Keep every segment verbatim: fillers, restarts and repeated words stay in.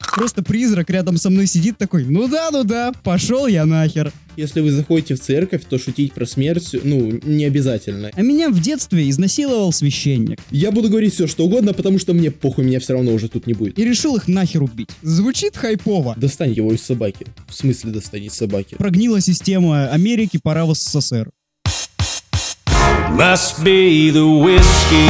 Просто призрак рядом со мной сидит такой, ну да, ну да, пошел я нахер. Если вы заходите в церковь, то шутить про смерть, ну, не обязательно. А меня в детстве изнасиловал священник. Я буду говорить все, что угодно, потому что мне похуй, меня все равно уже тут не будет. И решил их нахер убить. Звучит хайпово. Достань его из собаки. В смысле достань из собаки? Прогнила система Америки, пора в СССР. Must be the whiskey.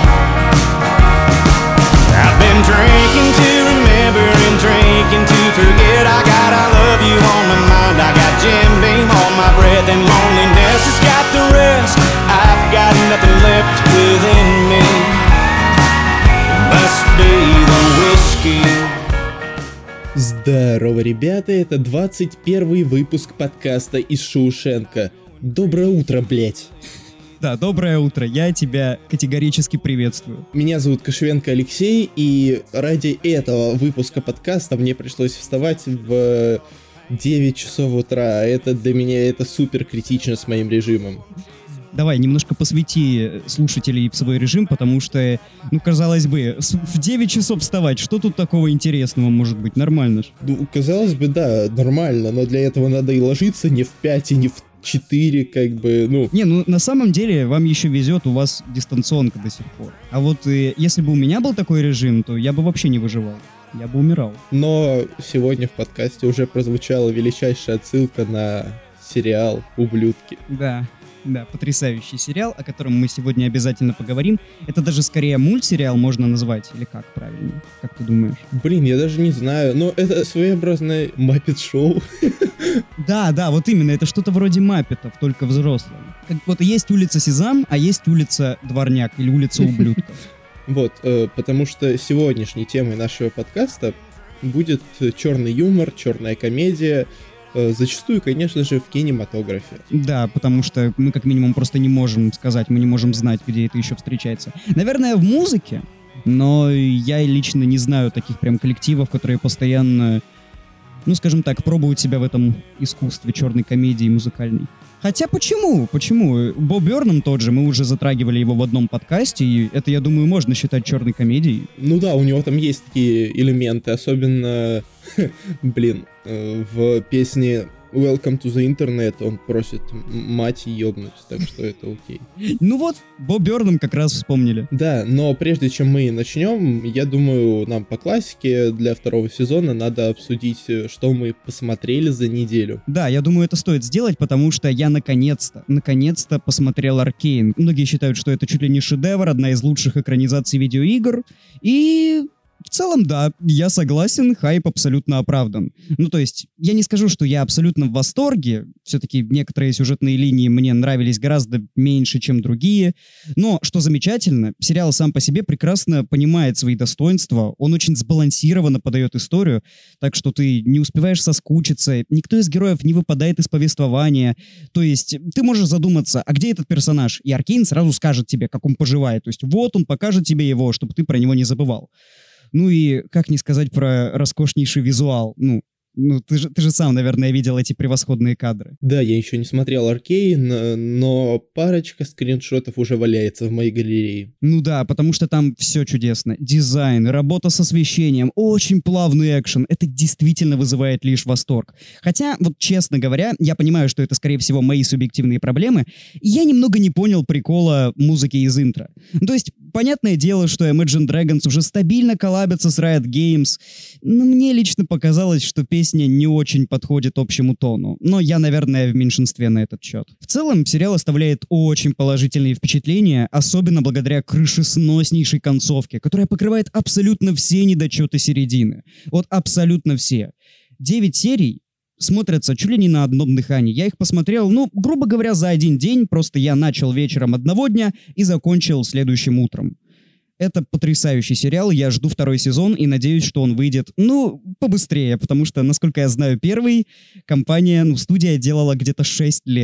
I've been drinking to remember and drinking to forget. I got I love you on my mind. I got Jim Beam on my breath, and loneliness has got the rest. I've got nothing left within me. It must be the whiskey. Здорово, ребята, это двадцать первый выпуск подкаста из Шоушенка. Доброе утро, блять. Да, доброе утро, я тебя категорически приветствую. Меня зовут Кошевенко Алексей, и ради этого выпуска подкаста мне пришлось вставать в девять часов утра. Это для меня это супер критично с моим режимом. Давай, немножко посвяти слушателей в свой режим, потому что, ну, казалось бы, в девять часов вставать, что тут такого интересного может быть? Нормально ж. Ну, казалось бы, да, нормально, но для этого надо и ложиться не в пять, и не в четыре, как бы, ну... Не, ну, на самом деле, вам еще везет, у вас дистанционка до сих пор. А вот э, если бы у меня был такой режим, то я бы вообще не выживал. Я бы умирал. Но сегодня в подкасте уже прозвучала величайшая отсылка на сериал «Ублюдки». Да. Да, потрясающий сериал, о котором мы сегодня обязательно поговорим. Это даже скорее мультсериал можно назвать, или как правильно? Как ты думаешь? Блин, я даже не знаю, но это своеобразное Маппет-шоу. Да, да, вот именно, это что-то вроде Маппетов, только взрослым. Как, вот есть улица Сезам, а есть улица Дворняк или улица Ублюдков. Вот, э, потому что сегодняшней темой нашего подкаста будет черный юмор, черная комедия, зачастую, конечно же, в кинематографе. Да, потому что мы как минимум просто не можем сказать, мы не можем знать, где это еще встречается. Наверное, в музыке, но я лично не знаю таких прям коллективов, которые постоянно, ну, скажем так, пробуют себя в этом искусстве черной комедии музыкальной. Хотя почему? Почему? Боб Бёрнам тот же, мы уже затрагивали его в одном подкасте, и это, я думаю, можно считать черной комедией. Ну да, у него там есть такие элементы, особенно, блин, в песне Welcome to the Internet он просит мать ёбнуть, так что это окей. Ну вот, Боб Бёрнам как раз вспомнили. Да, но прежде чем мы начнем, я думаю, нам по классике для второго сезона надо обсудить, что мы посмотрели за неделю. Да, я думаю, это стоит сделать, потому что я наконец-то, наконец-то посмотрел Аркейн. Многие считают, что это чуть ли не шедевр, одна из лучших экранизаций видеоигр, и... В целом, да, я согласен, хайп абсолютно оправдан. Ну, то есть, я не скажу, что я абсолютно в восторге, все-таки некоторые сюжетные линии мне нравились гораздо меньше, чем другие, но, что замечательно, сериал сам по себе прекрасно понимает свои достоинства, он очень сбалансированно подает историю, так что ты не успеваешь соскучиться, никто из героев не выпадает из повествования, то есть, ты можешь задуматься, а где этот персонаж? И Аркейн сразу скажет тебе, как он поживает, то есть, вот он покажет тебе его, чтобы ты про него не забывал. Ну и как не сказать про роскошнейший визуал? Ну, ну ты же, ты же сам, наверное, видел эти превосходные кадры. Да, я еще не смотрел Аркейн, но парочка скриншотов уже валяется в моей галерее. Ну да, потому что там все чудесно. Дизайн, работа с освещением, очень плавный экшен. Это действительно вызывает лишь восторг. Хотя, вот честно говоря, я понимаю, что это, скорее всего, мои субъективные проблемы, и я немного не понял прикола музыки из интро. То есть, понятное дело, что Imagine Dragons уже стабильно коллабятся с Riot Games, но мне лично показалось, что песня не очень подходит общему тону. Но я, наверное, в меньшинстве на этот счет. В целом, сериал оставляет очень положительные впечатления, особенно благодаря крышесноснейшей концовке, которая покрывает абсолютно все недочеты середины. Вот абсолютно все. Девять серий смотрятся чуть ли не на одном дыхании. Я их посмотрел, ну, грубо говоря, за один день. Просто я начал вечером одного дня и закончил следующим утром. Это потрясающий сериал, я жду второй сезон и надеюсь, что он выйдет, ну, побыстрее, потому что, насколько я знаю, первый компания, ну, студия делала где-то шесть лет.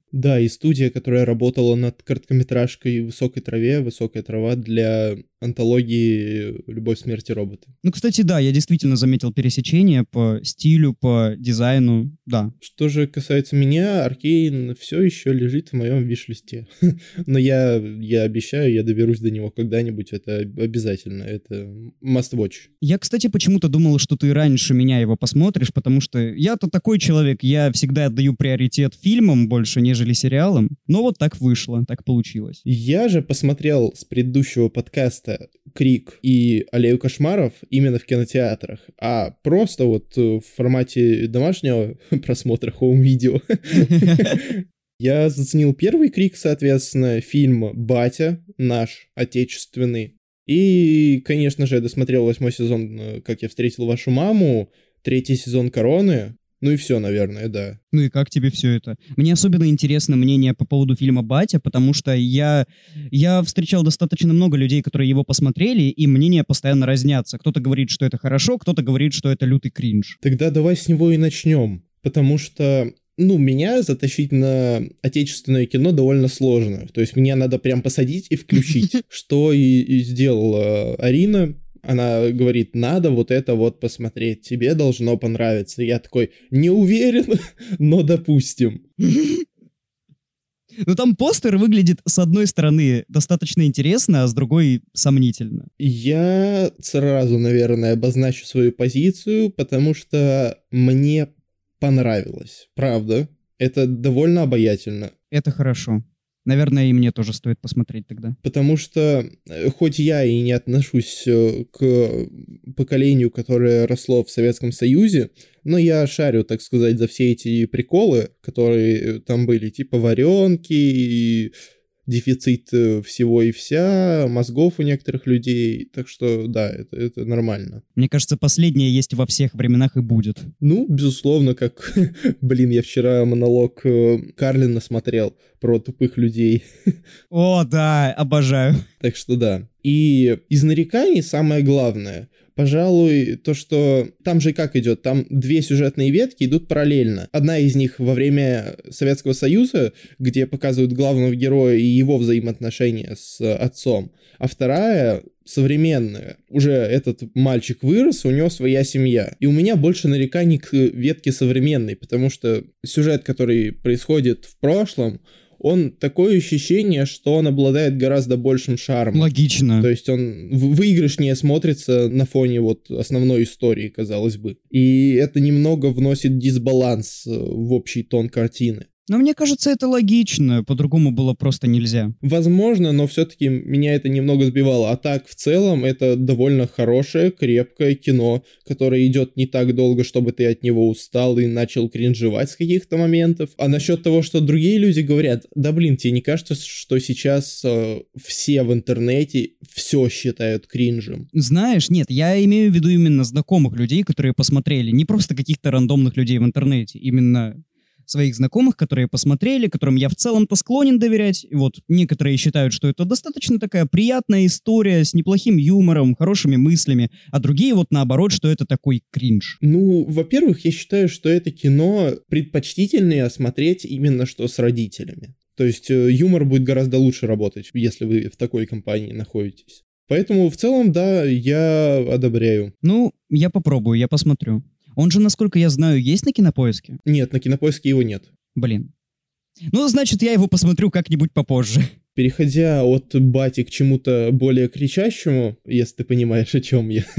Да, и студия, которая работала над короткометражкой «Высокой траве», «Высокая трава» для антологии «Любовь, смерть и роботы». Ну, кстати, да, я действительно заметил пересечение по стилю, по дизайну, да. Что же касается меня, Аркейн все еще лежит в моем виш-листе. Но я, я обещаю, я доберусь до него когда-нибудь, это обязательно, это must watch. Я, кстати, почему-то думал, что ты раньше меня его посмотришь, потому что я-то такой человек, я всегда отдаю приоритет фильмам больше, нежели сериалам, но вот так вышло, так получилось. Я же посмотрел с предыдущего подкаста «Крик» и «Аллею кошмаров» именно в кинотеатрах, а просто вот в формате домашнего просмотра хоум-видео. Я заценил первый «Крик», соответственно, фильм «Батя», наш, отечественный. И, конечно же, я досмотрел восьмой сезон «Как я встретил вашу маму», третий сезон «Короны». Ну и все, наверное, да. Ну и как тебе все это? Мне особенно интересно мнение по поводу фильма «Батя», потому что я, я встречал достаточно много людей, которые его посмотрели, и мнения постоянно разнятся. Кто-то говорит, что это хорошо, кто-то говорит, что это лютый кринж. Тогда давай с него и начнем, потому что, ну, меня затащить на отечественное кино довольно сложно. То есть меня надо прям посадить и включить, что и сделала Арина. Она говорит, надо вот это вот посмотреть, тебе должно понравиться. Я такой, не уверен, но допустим. Ну там постер выглядит, с одной стороны, достаточно интересно, а с другой сомнительно. Я сразу, наверное, обозначу свою позицию, потому что мне понравилось, правда. Это довольно обаятельно. Это хорошо. Наверное, и мне тоже стоит посмотреть тогда. Потому что, хоть я и не отношусь к поколению, которое росло в Советском Союзе, но я шарю, так сказать, за все эти приколы, которые там были, типа варенки, и дефицит всего и вся, мозгов у некоторых людей, так что да, это, это нормально. Мне кажется, последнее есть во всех временах и будет. Ну, безусловно, как, блин, я вчера монолог Карлина смотрел про тупых людей. О, да, обожаю. Так что да. И из нареканий самое главное, пожалуй, то, что там же как идет, там две сюжетные ветки идут параллельно. Одна из них во время Советского Союза, где показывают главного героя и его взаимоотношения с отцом, а вторая современная. Уже этот мальчик вырос, у него своя семья. И у меня больше нареканий к ветке современной, потому что сюжет, который происходит в прошлом, он такое ощущение, что он обладает гораздо большим шармом. Логично. То есть он выигрышнее смотрится на фоне вот основной истории, казалось бы. И это немного вносит дисбаланс в общий тон картины. Но мне кажется, это логично, по-другому было просто нельзя. Возможно, но все-таки меня это немного сбивало. А так, в целом, это довольно хорошее, крепкое кино, которое идет не так долго, чтобы ты от него устал и начал кринжевать с каких-то моментов. А насчет того, что другие люди говорят, да блин, тебе не кажется, что сейчас э, все в интернете все считают кринжем? Знаешь, нет, я имею в виду именно знакомых людей, которые посмотрели, не просто каких-то рандомных людей в интернете, именно своих знакомых, которые посмотрели, которым я в целом-то склонен доверять. И вот некоторые считают, что это достаточно такая приятная история с неплохим юмором, хорошими мыслями, а другие вот наоборот, что это такой кринж. Ну, во-первых, я считаю, что это кино предпочтительнее смотреть именно что с родителями. То есть юмор будет гораздо лучше работать, если вы в такой компании находитесь. Поэтому в целом, да, я одобряю. Ну, я попробую, я посмотрю. Он же, насколько я знаю, есть на Кинопоиске? Нет, на Кинопоиске его нет. Блин. Ну, значит, я его посмотрю как-нибудь попозже. Переходя от бати к чему-то более кричащему, если ты понимаешь, о чем я.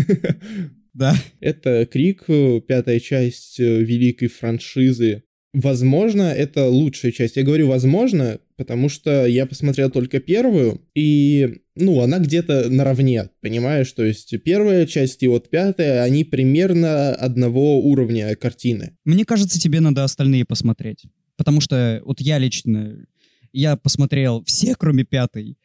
Да. Это «Крик», пятая часть великой франшизы. Возможно, это лучшая часть. Я говорю «возможно», потому что я посмотрел только первую, и, ну, она где-то наравне, понимаешь? То есть первая часть и вот пятая, они примерно одного уровня картины. Мне кажется, тебе надо остальные посмотреть. Потому что вот я лично, я посмотрел все, кроме пятой.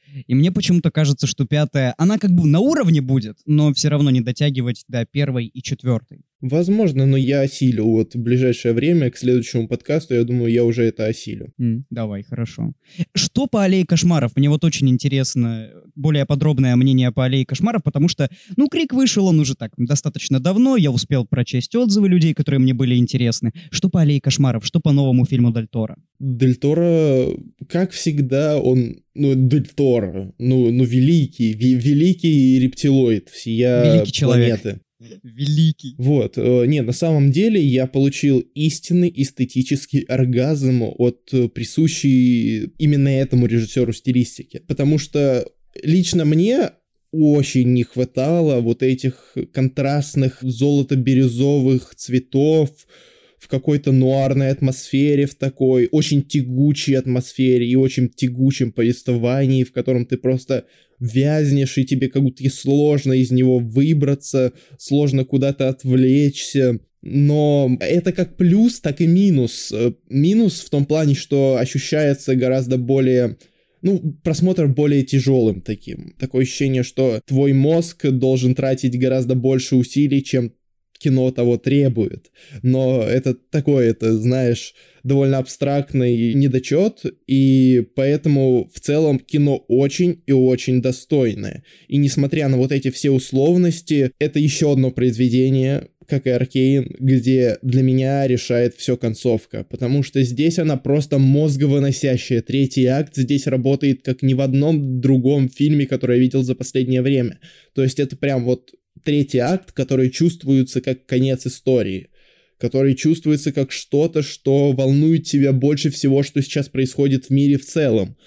И мне почему-то кажется, что пятая, она как бы на уровне будет, но все равно не дотягивать до первой и четвертой. Возможно, но я осилю. Вот в ближайшее время к следующему подкасту, я думаю, я уже это осилю. Mm, давай, хорошо. Что по «Аллее кошмаров»? Мне вот очень интересно более подробное мнение по «Аллее кошмаров», потому что, ну, «Крик» вышел, он уже так достаточно давно, я успел прочесть отзывы людей, которые мне были интересны. Что по «Аллее кошмаров»? Что по новому фильму Дель Торо? Дель Торо, как всегда, он, ну, Дель Торо, ну, ну великий, ви- великий рептилоид всея Великий человек. планеты. Великий. Вот, э, не, на самом деле я получил истинный эстетический оргазм от э, присущей именно этому режиссеру стилистики, потому что лично мне очень не хватало вот этих контрастных золото-бирюзовых цветов в какой-то нуарной атмосфере, в такой очень тягучей атмосфере и очень тягучем повествовании, в котором ты просто вязнешь, и тебе как будто сложно из него выбраться, сложно куда-то отвлечься. Но это как плюс, так и минус. Минус в том плане, что ощущается гораздо более... Ну, просмотр более тяжелым таким. Такое ощущение, что твой мозг должен тратить гораздо больше усилий, чем кино того требует. Но это такой, это, знаешь, довольно абстрактный недочет, и поэтому в целом кино очень и очень достойное. И несмотря на вот эти все условности, это еще одно произведение, как и Аркейн, где для меня решает все концовка, потому что здесь она просто мозговыносящая. Третий акт здесь работает как ни в одном другом фильме, который я видел за последнее время. То есть это прям вот третий акт, который чувствуется как конец истории, который чувствуется как что-то, что волнует тебя больше всего, что сейчас происходит в мире в целом.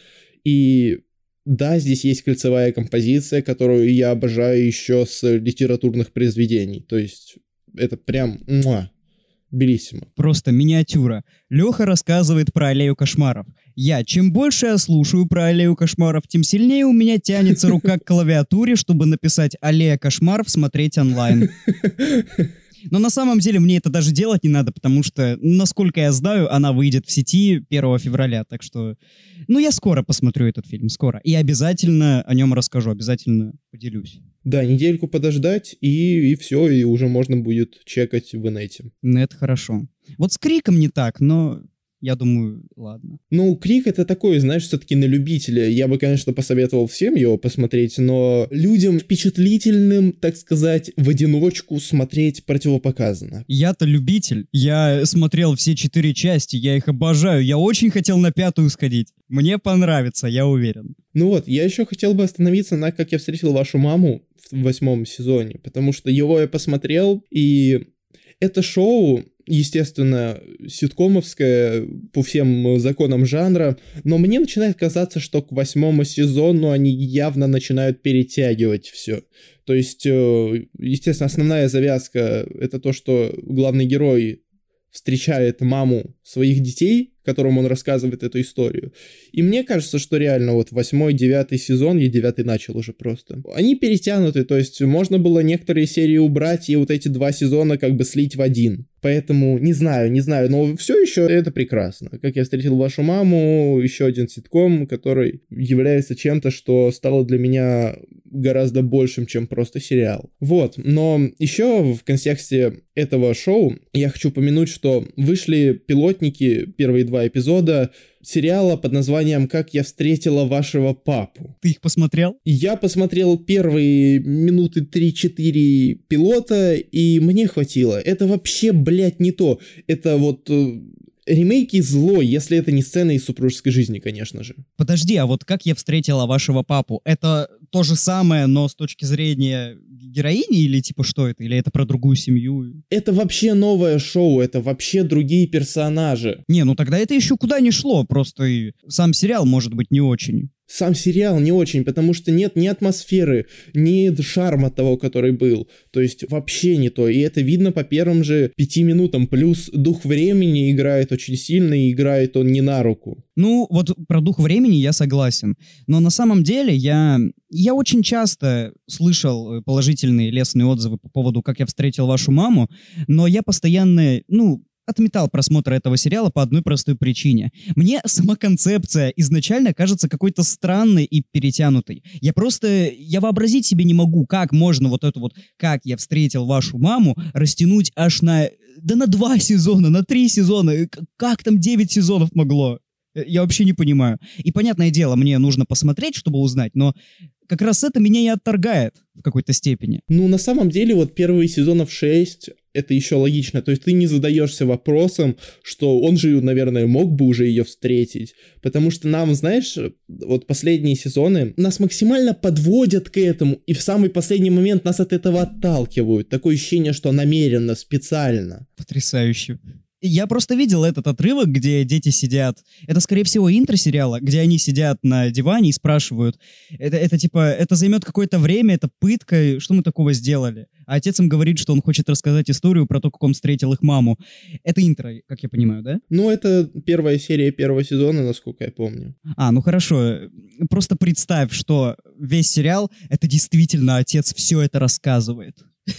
И да, здесь есть кольцевая композиция, которую я обожаю еще с литературных произведений. То есть это прям муа, белиссимо. Просто миниатюра. Леха рассказывает про «Аллею кошмаров». Я, чем больше я слушаю про «Аллею кошмаров», тем сильнее у меня тянется рука к клавиатуре, чтобы написать «Аллея кошмаров» смотреть онлайн. Но на самом деле мне это даже делать не надо, потому что, насколько я знаю, она выйдет в сети первого февраля, так что, ну, я скоро посмотрю этот фильм, скоро. И обязательно о нем расскажу, обязательно поделюсь. Да, недельку подождать, и, и все, и уже можно будет чекать в инете. Ну, это хорошо. Вот с «Криком» не так, но... Я думаю, ладно. Ну, «Крик» — это такой, знаешь, все-таки на любителя. Я бы, конечно, посоветовал всем его посмотреть, но людям впечатлительным, так сказать, в одиночку смотреть противопоказано. Я-то любитель. Я смотрел все четыре части, я их обожаю. Я очень хотел на пятую сходить. Мне понравится, я уверен. Ну вот, я еще хотел бы остановиться на «Как я встретил вашу маму» в восьмом сезоне, потому что его я посмотрел, и это шоу... естественно, ситкомовская по всем законам жанра, но мне начинает казаться, что к восьмому сезону они явно начинают перетягивать все. То есть, естественно, основная завязка — это то, что главный герой встречает маму своих детей, которым он рассказывает эту историю. И мне кажется, что реально вот восьмой, девятый сезон, я девятый начал уже просто, они перетянуты, то есть можно было некоторые серии убрать и вот эти два сезона как бы слить в один. Поэтому не знаю, не знаю, но все еще это прекрасно. «Как я встретил вашу маму», еще один ситком, который является чем-то, что стало для меня гораздо большим, чем просто сериал. Вот, но еще в контексте этого шоу я хочу упомянуть, что вышли пилотники, первые два эпизода сериала под названием «Как я встретила вашего папу». Ты их посмотрел? Я посмотрел первые минуты три-четыре пилота, и мне хватило. Это вообще, блядь, не то. Это вот... Ремейки зло, если это не сцена из «Супружеской жизни», конечно же. Подожди, а вот «Как я встретила вашего папу» — это то же самое, но с точки зрения героини, или типа что это? Или это про другую семью? Это вообще новое шоу, это вообще другие персонажи. Не, ну тогда это еще куда ни шло, просто и сам сериал может быть не очень. Сам сериал не очень, потому что нет ни атмосферы, ни шарма того, который был. То есть вообще не то. И это видно по первым же пяти минутам. Плюс дух времени играет очень сильно, и играет он не на руку. Ну, вот про дух времени я согласен. Но на самом деле я, я очень часто слышал положительные лестные отзывы по поводу «Как я встретил вашу маму», но я постоянно, ну... отметал просмотр этого сериала по одной простой причине. Мне сама концепция изначально кажется какой-то странной и перетянутой. Я просто, я вообразить себе не могу, как можно вот эту вот «как я встретил вашу маму» растянуть аж на, да на два сезона, на три сезона. Как там девять сезонов могло? Я вообще не понимаю. И, понятное дело, мне нужно посмотреть, чтобы узнать, но как раз это меня и отторгает в какой-то степени. Ну, на самом деле, вот первые сезонов шесть, это еще логично. То есть ты не задаешься вопросом, что он же, наверное, мог бы уже ее встретить. Потому что нам, знаешь, вот последние сезоны нас максимально подводят к этому, и в самый последний момент нас от этого отталкивают. Такое ощущение, что намеренно, специально. Потрясающе. Я просто видел этот отрывок, где дети сидят. Это, скорее всего, интро сериала, где они сидят на диване и спрашивают. Это, это типа, это займет какое-то время, это пытка, что мы такого сделали? А отец им говорит, что он хочет рассказать историю про то, как он встретил их маму. Это интро, как я понимаю, да? Ну, это первая серия первого сезона, насколько я помню. А, ну хорошо. Просто представь, что весь сериал, это действительно отец все это рассказывает.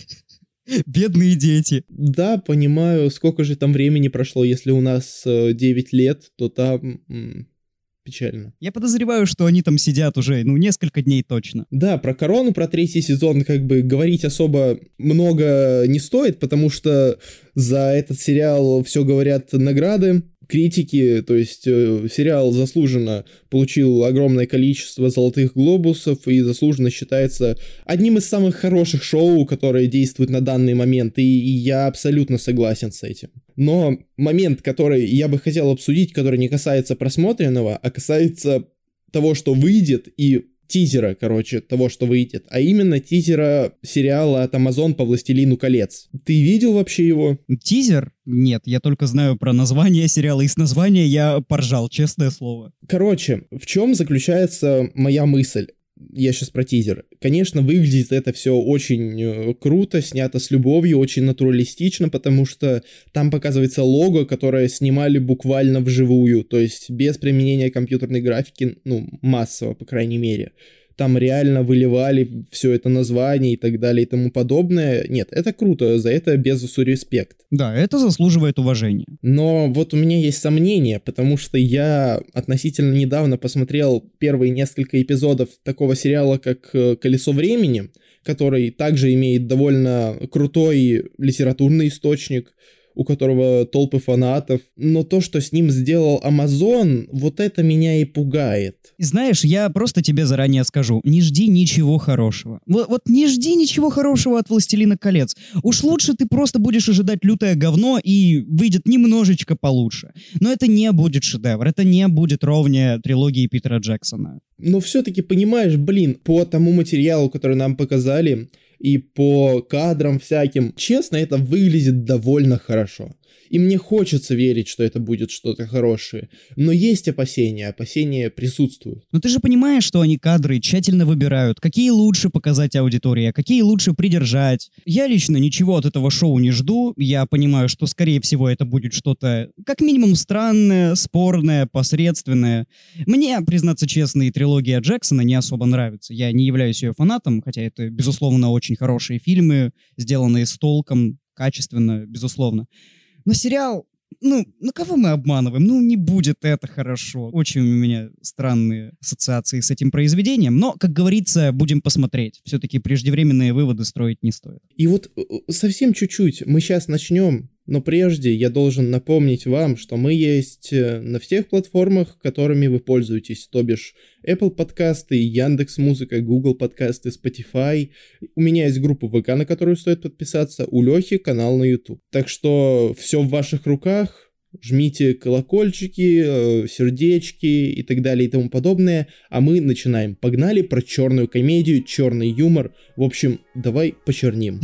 Бедные дети. Да, понимаю, сколько же там времени прошло, если у нас э, девять лет, то там м- печально. Я подозреваю, что они там сидят уже, ну, несколько дней точно. Да, про корону, про третий сезон как бы говорить особо много не стоит, потому что за этот сериал все говорят награды. Критики, то есть э, сериал заслуженно получил огромное количество золотых глобусов и заслуженно считается одним из самых хороших шоу, которые действуют на данный момент, и, и я абсолютно согласен с этим. Но момент, который я бы хотел обсудить, который не касается просмотренного, а касается того, что выйдет, и тизера, короче, того, что выйдет, а именно тизера сериала от Amazon по «Властелину колец». Ты видел вообще его? Тизер? Нет, я только знаю про название сериала, и с названия я поржал, честное слово. Короче, в чем заключается моя мысль? Я сейчас про тизер. Конечно, выглядит это все очень э, круто, снято с любовью, очень натуралистично, потому что там показывается лого, которое снимали буквально вживую, то есть без применения компьютерной графики, ну, массово, по крайней мере. Там реально выливали все это название и так далее и тому подобное. Нет, это круто, за это Безосу респект. Да, это заслуживает уважения. Но вот у меня есть сомнения, потому что я относительно недавно посмотрел первые несколько эпизодов такого сериала, как «Колесо времени», который также имеет довольно крутой литературный источник, у которого толпы фанатов. Но то, что с ним сделал Amazon, вот это меня и пугает. Знаешь, я просто тебе заранее скажу, не жди ничего хорошего. Вот, вот не жди ничего хорошего от «Властелина колец». Уж лучше ты просто будешь ожидать лютое говно, и выйдет немножечко получше. Но это не будет шедевр, это не будет ровнее трилогии Питера Джексона. Но все-таки понимаешь, блин, по тому материалу, который нам показали, и по кадрам всяким, честно, это выглядит довольно хорошо. И мне хочется верить, что это будет что-то хорошее. Но есть опасения, опасения присутствуют. Но ты же понимаешь, что они кадры тщательно выбирают, какие лучше показать аудитории, а какие лучше придержать. Я лично ничего от этого шоу не жду. Я понимаю, что, скорее всего, это будет что-то, как минимум, странное, спорное, посредственное. Мне, признаться честно, и трилогия Джексона не особо нравится. Я не являюсь ее фанатом, хотя это, безусловно, очень хорошие фильмы, сделанные с толком, качественно, безусловно. Но сериал, ну, ну кого мы обманываем? Ну, не будет это хорошо. Очень у меня странные ассоциации с этим произведением. Но, как говорится, будем посмотреть. Все-таки преждевременные выводы строить не стоит. И вот совсем чуть-чуть мы сейчас начнем. Но прежде я должен напомнить вам, что мы есть на всех платформах, которыми вы пользуетесь, то бишь Apple подкасты, Яндекс.Музыка, Google подкасты, Spotify. У меня есть группа ВК, на которую стоит подписаться, у Лехи канал на YouTube. Так что все в ваших руках, жмите колокольчики, сердечки и так далее и тому подобное, а мы начинаем. Погнали про черную комедию, черный юмор. В общем, давай почерним.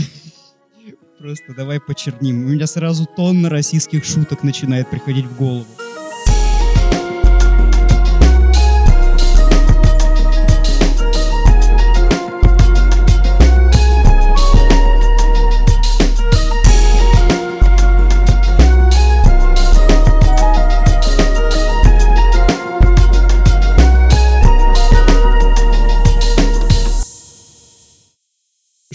Просто давай почерним. У меня сразу тонна российских шуток начинает приходить в голову.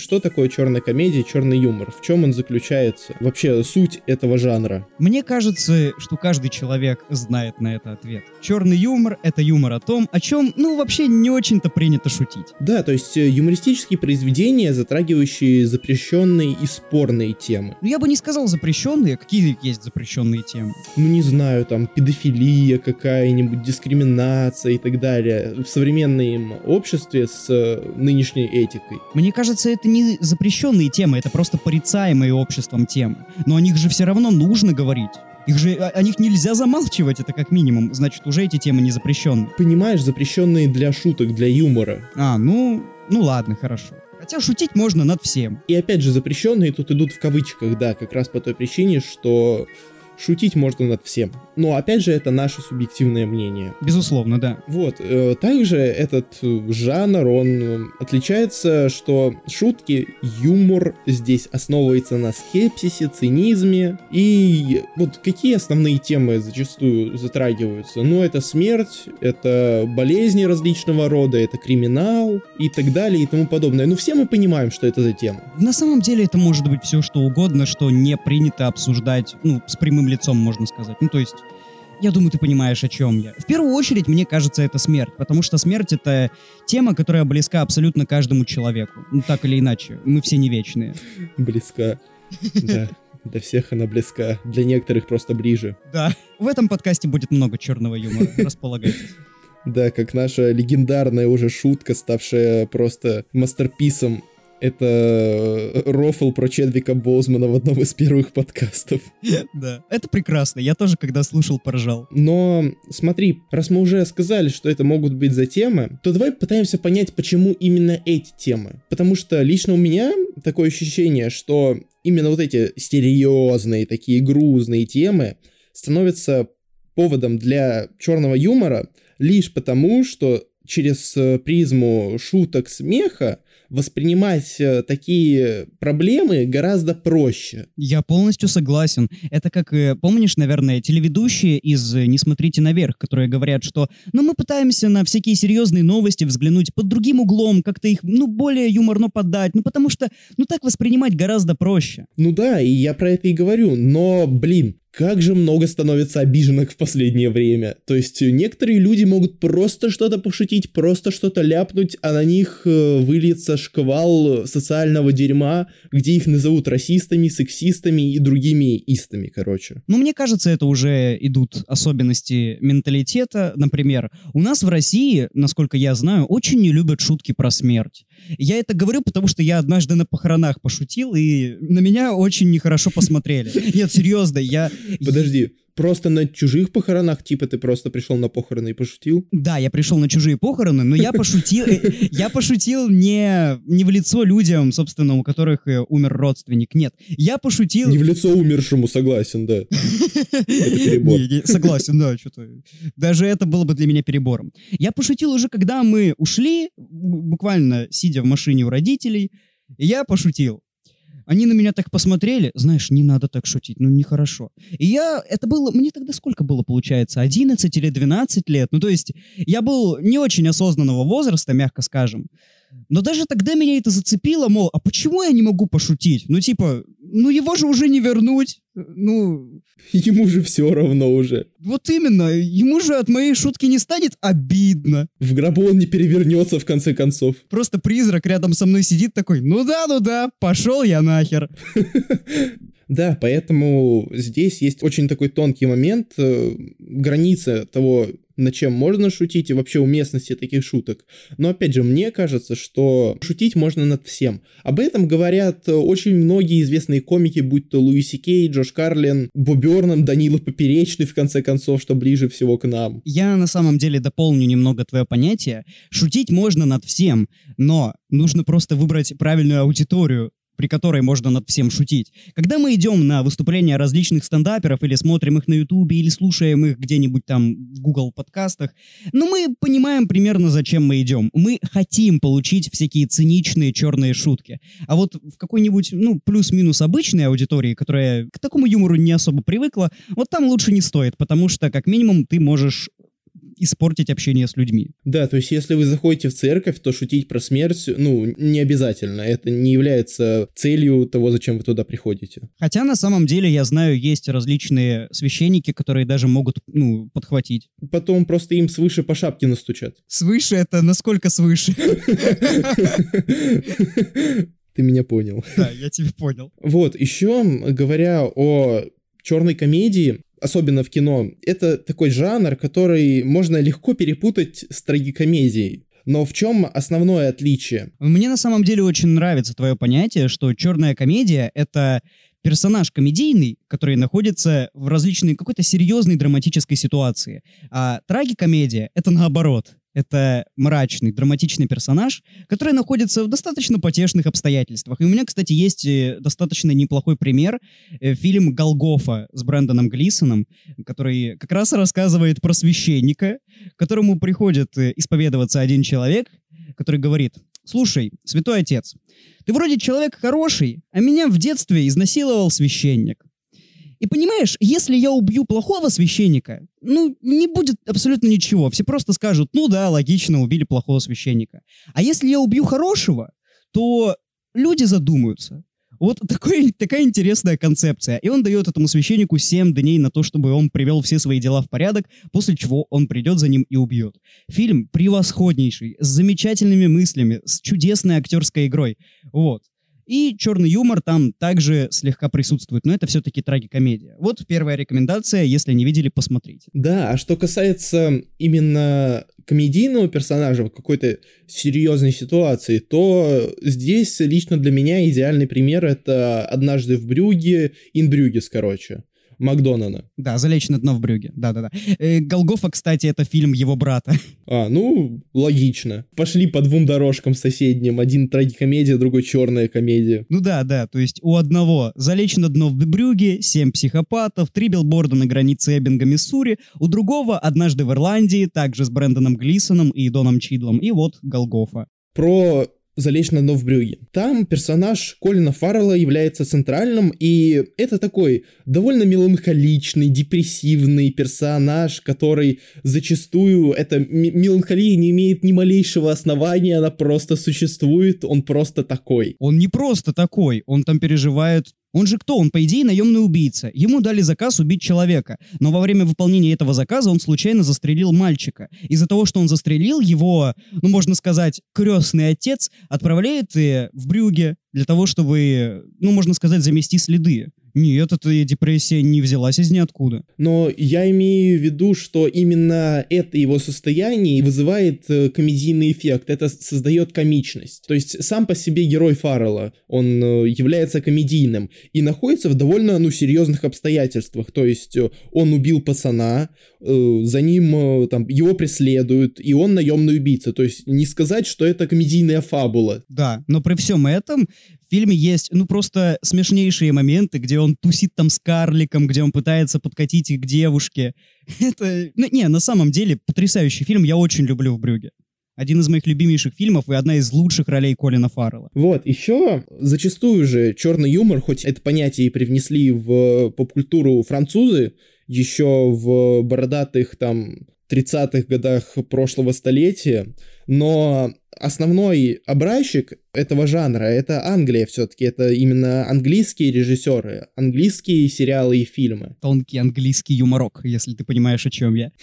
что такое черная комедия, черный юмор? В чем он заключается? Вообще, суть этого жанра? Мне кажется, что каждый человек знает на это ответ. Черный юмор — это юмор о том, о чем, ну, вообще не очень-то принято шутить. Да, то есть юмористические произведения, затрагивающие запрещенные и спорные темы. Ну, я бы не сказал запрещенные. Какие есть запрещенные темы? Ну, не знаю, там, педофилия какая-нибудь, дискриминация и так далее. В современном обществе с нынешней этикой. Мне кажется, это не запрещенные темы, это просто порицаемые обществом темы. Но о них же все равно нужно говорить. Их же, о, о них нельзя замалчивать, это как минимум. Значит, уже эти темы не запрещенные. Понимаешь, запрещенные для шуток, для юмора. А, ну, ну ладно, хорошо. Хотя шутить можно над всем. И опять же, запрещенные тут идут в кавычках, да, как раз по той причине, что шутить можно над всем. Но опять же, это наше субъективное мнение. Безусловно, да. Вот. Э, также этот жанр, он отличается, что шутки, юмор здесь основывается на скепсисе, цинизме. И вот какие основные темы зачастую затрагиваются? Ну, это смерть, это болезни различного рода, это криминал и так далее и тому подобное. Ну, все мы понимаем, что это за тема. На самом деле это может быть все что угодно, что не принято обсуждать, ну, с прямым лицом, можно сказать. Ну, то есть, я думаю, ты понимаешь, о чем я. В первую очередь, мне кажется, это смерть, потому что смерть — это тема, которая близка абсолютно каждому человеку. Ну, так или иначе, мы все не вечные. Близка, да. Для всех она близка, для некоторых просто ближе. Да, в этом подкасте будет много черного юмора, располагайтесь. Да, как наша легендарная уже шутка, ставшая просто мастерписом. Это рофл про Чедвика Боузмана в одном из первых подкастов. Да, это прекрасно. Я тоже, когда слушал, поржал. Но смотри, раз мы уже сказали, что это могут быть за темы, то давай попытаемся понять, почему именно эти темы. Потому что лично у меня такое ощущение, что именно вот эти серьезные, такие грузные темы становятся поводом для черного юмора лишь потому, что через призму шуток, смеха воспринимать такие проблемы гораздо проще. Я полностью согласен. Это как, помнишь, наверное, телеведущие из «Не смотрите наверх», которые говорят, что ну мы пытаемся на всякие серьезные новости взглянуть под другим углом, как-то их, ну, более юморно подать, ну, потому что, ну, так воспринимать гораздо проще. Ну да, и я про это и говорю, но, блин, как же много становится обиженок в последнее время. То есть некоторые люди могут просто что-то пошутить, просто что-то ляпнуть, а на них э, выльется шквал социального дерьма, где их назовут расистами, сексистами и другими истами, короче. Ну, мне кажется, это уже идут особенности менталитета. Например, у нас в России, насколько я знаю, очень не любят шутки про смерть. Я это говорю, потому что я однажды на похоронах пошутил, и на меня очень нехорошо посмотрели. Нет, серьезно, я... Подожди, просто на чужих похоронах, типа ты просто пришел на похороны и пошутил? Да, я пришел на чужие похороны, но я пошутил, я пошутил не, не в лицо людям, собственно, у которых умер родственник, нет. Я пошутил... Не в лицо умершему, согласен, да. Это перебор. Не, не, согласен, да, что-то. Даже это было бы для меня перебором. Я пошутил уже, когда мы ушли, буквально сидя в машине у родителей, и я пошутил. Они на меня так посмотрели, знаешь, не надо так шутить, ну нехорошо. И я, это было, мне тогда сколько было, получается, одиннадцать или двенадцать лет? Ну то есть я был не очень осознанного возраста, мягко скажем. Но даже тогда меня это зацепило, мол, а почему я не могу пошутить? Ну типа, ну его же уже не вернуть, ну... Ему же все равно уже. Вот именно, ему же от моей шутки не станет обидно. В гробу он не перевернется в конце концов. Просто призрак рядом со мной сидит такой, ну да, ну да, пошел я нахер. Да, поэтому здесь есть очень такой тонкий момент, э, граница того, над чем можно шутить и вообще уместности таких шуток. Но опять же, мне кажется, что шутить можно над всем. Об этом говорят очень многие известные комики, будь то Луи Си Кей, Джош Карлин, Бо Бёрнам, Данила Поперечный, в конце концов, что ближе всего к нам. Я на самом деле дополню немного твое понятие. Шутить можно над всем, но нужно просто выбрать правильную аудиторию, при которой можно над всем шутить. Когда мы идем на выступления различных стендаперов или смотрим их на Ютубе, или слушаем их где-нибудь там в Google подкастах, ну, мы понимаем примерно, зачем мы идем. Мы хотим получить всякие циничные черные шутки. А вот в какой-нибудь, ну, плюс-минус обычной аудитории, которая к такому юмору не особо привыкла, вот там лучше не стоит, потому что, как минимум, ты можешь испортить общение с людьми. Да, то есть если вы заходите в церковь, то шутить про смерть, ну, не обязательно. Это не является целью того, зачем вы туда приходите. Хотя на самом деле, я знаю, есть различные священники, которые даже могут, ну, подхватить. Потом просто им свыше по шапке настучат. Свыше это насколько свыше? Ты меня понял. Да, я тебя понял. Вот, еще говоря о черной комедии, особенно в кино, это такой жанр, который можно легко перепутать с трагикомедией. Но в чем основное отличие? Мне на самом деле очень нравится твое понятие, что черная комедия — это персонаж комедийный, который находится в различной какой-то серьезной драматической ситуации. А трагикомедия — это наоборот. Это мрачный, драматичный персонаж, который находится в достаточно потешных обстоятельствах. И у меня, кстати, есть достаточно неплохой пример. Фильм «Голгофа» с Брэндоном Глисоном, который как раз рассказывает про священника, к которому приходит исповедоваться один человек, который говорит: «Слушай, святой отец, ты вроде человек хороший, а меня в детстве изнасиловал священник. И понимаешь, если я убью плохого священника, ну, не будет абсолютно ничего. Все просто скажут: ну да, логично, убили плохого священника. А если я убью хорошего, то люди задумаются». Вот такой, такая интересная концепция. И он дает этому священнику семь дней на то, чтобы он привел все свои дела в порядок, после чего он придет за ним и убьет. Фильм превосходнейший, с замечательными мыслями, с чудесной актерской игрой. Вот. И черный юмор там также слегка присутствует, но это все-таки трагикомедия. Вот первая рекомендация, если не видели, посмотрите. Да, а что касается именно комедийного персонажа в какой-то серьезной ситуации, то здесь лично для меня идеальный пример — это «Однажды в Брюгге», «Ин Брюггес», короче. Макдонана. Да, «Залечь на дно в Брюгге». Да-да-да. Э, «Голгофа», кстати, это фильм его брата. А, ну, логично. Пошли по двум дорожкам соседним. Один трагикомедия, другой черная комедия. Ну да, да, то есть у одного «Залечь на дно в Брюгге», «Семь психопатов», «Три билборда на границе Эббинга, Миссури», у другого «Однажды в Ирландии», также с Брэндоном Глисоном и Доном Чидлом, и вот «Голгофа». Про «Залечь на дно в Брюгге». Там персонаж Колина Фаррелла является центральным, и это такой довольно меланхоличный, депрессивный персонаж, который зачастую, эта м- меланхолия не имеет ни малейшего основания, она просто существует, он просто такой. Он не просто такой, он там переживает... Он же кто? Он, по идее, наемный убийца. Ему дали заказ убить человека, но во время выполнения этого заказа он случайно застрелил мальчика. Из-за того, что он застрелил, его, ну, можно сказать, крестный отец отправляет в Брюгге для того, чтобы, ну, можно сказать, замести следы. Нет, эта депрессия не взялась из ниоткуда. Но я имею в виду, что именно это его состояние вызывает комедийный эффект, это создает комичность. То есть сам по себе герой Фаррелла, он является комедийным и находится в довольно, ну, серьезных обстоятельствах. То есть он убил пацана, за ним там его преследуют, и он наемный убийца. То есть не сказать, что это комедийная фабула. Да, но при всем этом в фильме есть, ну, просто смешнейшие моменты, где он тусит там с карликом, где он пытается подкатить к девушке. Это, ну, не, на самом деле, потрясающий фильм, я очень люблю «В Брюгге». Один из моих любимейших фильмов и одна из лучших ролей Колина Фаррелла. Вот, еще зачастую же черный юмор, хоть это понятие и привнесли в поп-культуру французы, еще в бородатых там тридцатых годах прошлого столетия, но основной образчик этого жанра — это Англия все-таки, это именно английские режиссеры, английские сериалы и фильмы. Тонкий английский юморок, если ты понимаешь, о чем я.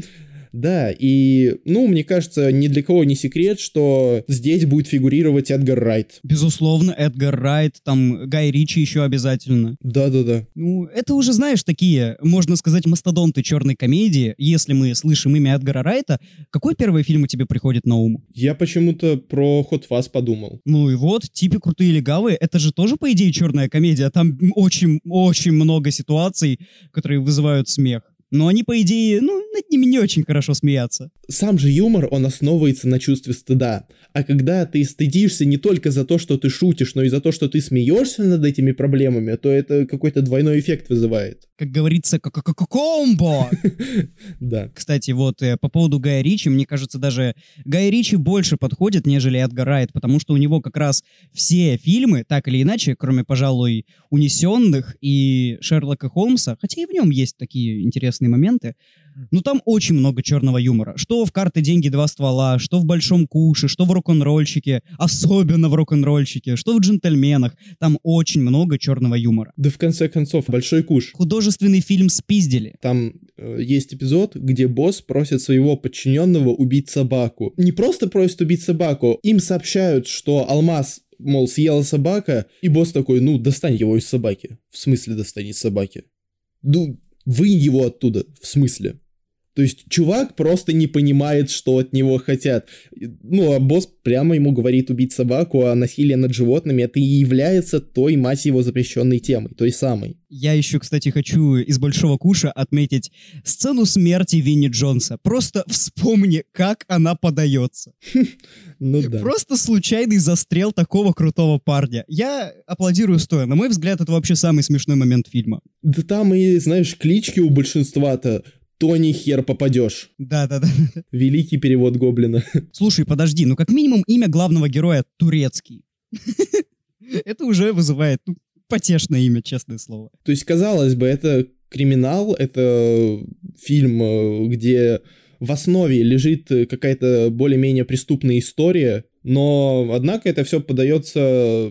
Да, и, ну, мне кажется, ни для кого не секрет, что здесь будет фигурировать Эдгар Райт. Безусловно, Эдгар Райт, там Гай Ричи еще обязательно. Да-да-да. Ну, это уже, знаешь, такие, можно сказать, мастодонты черной комедии. Если мы слышим имя Эдгара Райта, какой первый фильм у тебя приходит на ум? Я почему-то про Hot Fuzz подумал. Ну и вот, типы крутые легавые, это же тоже, по идее, черная комедия. Там очень-очень много ситуаций, которые вызывают смех. Но они, по идее, ну, над ними не очень хорошо смеяться. Сам же юмор, он основывается на чувстве стыда. А когда ты стыдишься не только за то, что ты шутишь, но и за то, что ты смеешься над этими проблемами, то это какой-то двойной эффект вызывает. Как говорится, комбо! Да. Кстати, вот по поводу Гая Ричи, мне кажется, даже Гай Ричи больше подходит, нежели Эдгар Райт, потому что у него как раз все фильмы, так или иначе, кроме, пожалуй, «Унесенных» и «Шерлока Холмса», хотя и в нем есть такие интересные интересные моменты. Но там очень много черного юмора. Что в «Карты, деньги, два ствола», что в «Большом куше», что в «Рок-н-ролльщике», особенно в «Рок-н-ролльщике», что в «Джентльменах». Там очень много черного юмора. Да в конце концов, «Большой куш». Художественный фильм спиздили. Там э, есть эпизод, где босс просит своего подчиненного убить собаку. Не просто просит убить собаку, им сообщают, что Алмаз, мол, съела собака, и босс такой: ну, достань его из собаки. В смысле достань из собаки? Ну, вынь его оттуда. В смысле? То есть чувак просто не понимает, что от него хотят. Ну, а босс прямо ему говорит убить собаку, а насилие над животными — это и является той, мать его, запрещенной темой, той самой. Я еще, кстати, хочу из «Большого куша» отметить сцену смерти Винни Джонса. Просто вспомни, как она подается. Ну да. Просто случайный застрел такого крутого парня. Я аплодирую стоя. На мой взгляд, это вообще самый смешной момент фильма. Да там и, знаешь, клички у большинства-то Тони хер попадешь. Да-да-да. Великий перевод Гоблина. Слушай, подожди, ну как минимум имя главного героя турецкий. Это уже вызывает, ну, потешное имя, честное слово. То есть, казалось бы, это криминал, это фильм, где в основе лежит какая-то более-менее преступная история, но, однако, это все подается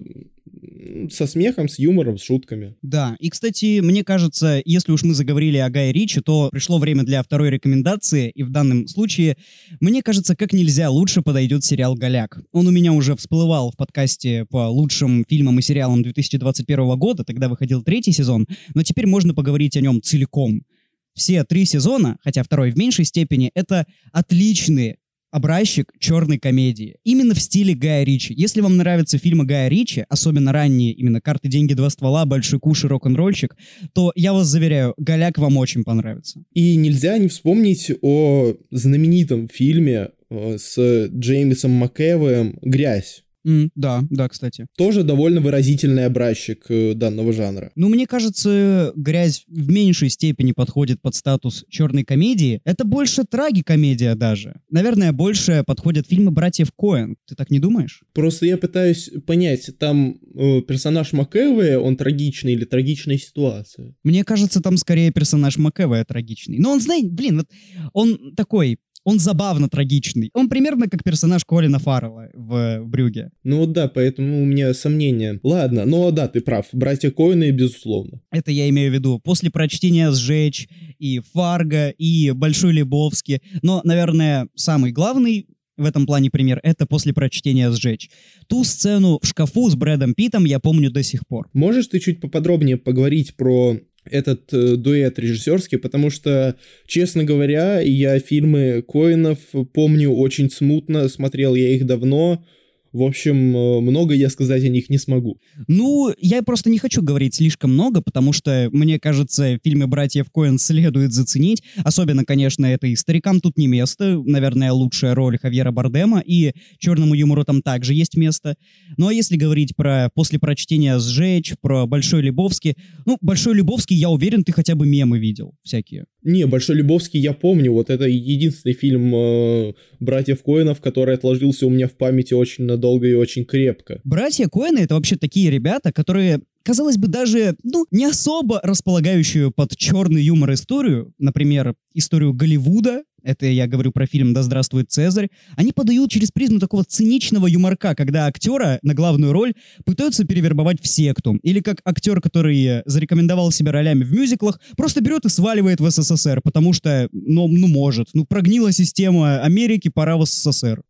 со смехом, с юмором, с шутками. Да, и, кстати, мне кажется, если уж мы заговорили о Гае Ричи, то пришло время для второй рекомендации, и в данном случае, мне кажется, как нельзя лучше подойдет сериал «Голяк». Он у меня уже всплывал в подкасте по лучшим фильмам и сериалам две тысячи двадцать первого года, тогда выходил третий сезон, но теперь можно поговорить о нем целиком. Все три сезона, хотя второй в меньшей степени, это отличные образчик черной комедии. Именно в стиле Гая Ричи. Если вам нравятся фильмы Гая Ричи, особенно ранние, именно «Карты, деньги, два ствола», «Большой куш» и «Рок-н-ролльщик», то я вас заверяю, «Голяк» вам очень понравится. И нельзя не вспомнить о знаменитом фильме э, с Джеймсом Макэвоем «Грязь». Mm, да, да, кстати. Тоже довольно выразительный образчик э, данного жанра. Ну, мне кажется, «Грязь» в меньшей степени подходит под статус черной комедии. Это больше трагикомедия даже. Наверное, больше подходят фильмы братьев Коэн. Ты так не думаешь? Просто я пытаюсь понять, там э, персонаж Макэвоя, он трагичный или трагичная ситуация? Мне кажется, там скорее персонаж Макэвоя трагичный. Но он, знаете, блин, вот он такой... Он забавно трагичный. Он примерно как персонаж Колина Фаррелла в, в «Брюге». Ну вот да, поэтому у меня сомнения. Ладно, ну да, ты прав. Братья Коэны, безусловно. Это я имею в виду. После прочтения «Сжечь», и «Фарго», и «Большой Лебовски». Но, наверное, самый главный в этом плане пример — это после прочтения «Сжечь». Ту сцену в шкафу с Брэдом Питтом я помню до сих пор. Можешь ты чуть поподробнее поговорить про этот э, дуэт режиссерский, потому что, честно говоря, я фильмы Коэнов помню очень смутно, смотрел я их давно. В общем, много я сказать о них не смогу. Ну, я просто не хочу говорить слишком много, потому что, мне кажется, фильмы братьев Коэн следует заценить. Особенно, конечно, это и «Старикам тут не место», наверное, лучшая роль Хавьера Бардема, и черному юмору там также есть место. Ну, а если говорить про «После прочтения «Сжечь», про «Большой Лебовский», ну, «Большой Лебовский», я уверен, ты хотя бы мемы видел всякие. Не, «Большой Лебовский» я помню, вот это единственный фильм э, братьев Коэнов, который отложился у меня в памяти очень надолго и очень крепко. Братья Коэны — это вообще такие ребята, которые, казалось бы, даже, ну, не особо располагающую под черный юмор историю, например, историю Голливуда, это я говорю про фильм «Да здравствует Цезарь», они подают через призму такого циничного юморка, когда актера на главную роль пытаются перевербовать в секту. Или как актер, который зарекомендовал себя ролями в мюзиклах, просто берет и сваливает в СССР, потому что, ну, ну может, ну прогнила система Америки, пора в СССР.